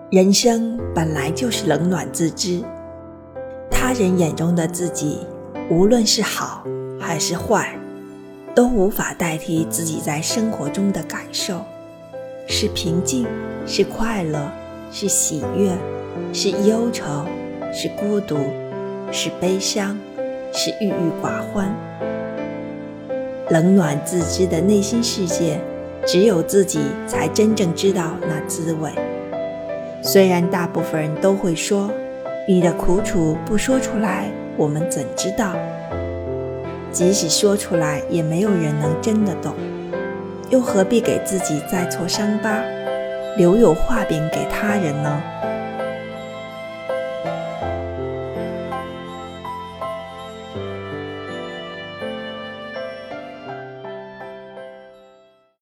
人生本来就是冷暖自知，他人眼中的自己，无论是好还是坏，都无法代替自己在生活中的感受，是平静，是快乐，是喜悦，是忧愁，是孤独，是悲伤，是郁郁寡欢。冷暖自知的内心世界，只有自己才真正知道那滋味。虽然大部分人都会说，你的苦楚不说出来，我们怎知道？即使说出来，也没有人能真的懂，又何必给自己再挫伤疤，留有画饼给他人呢？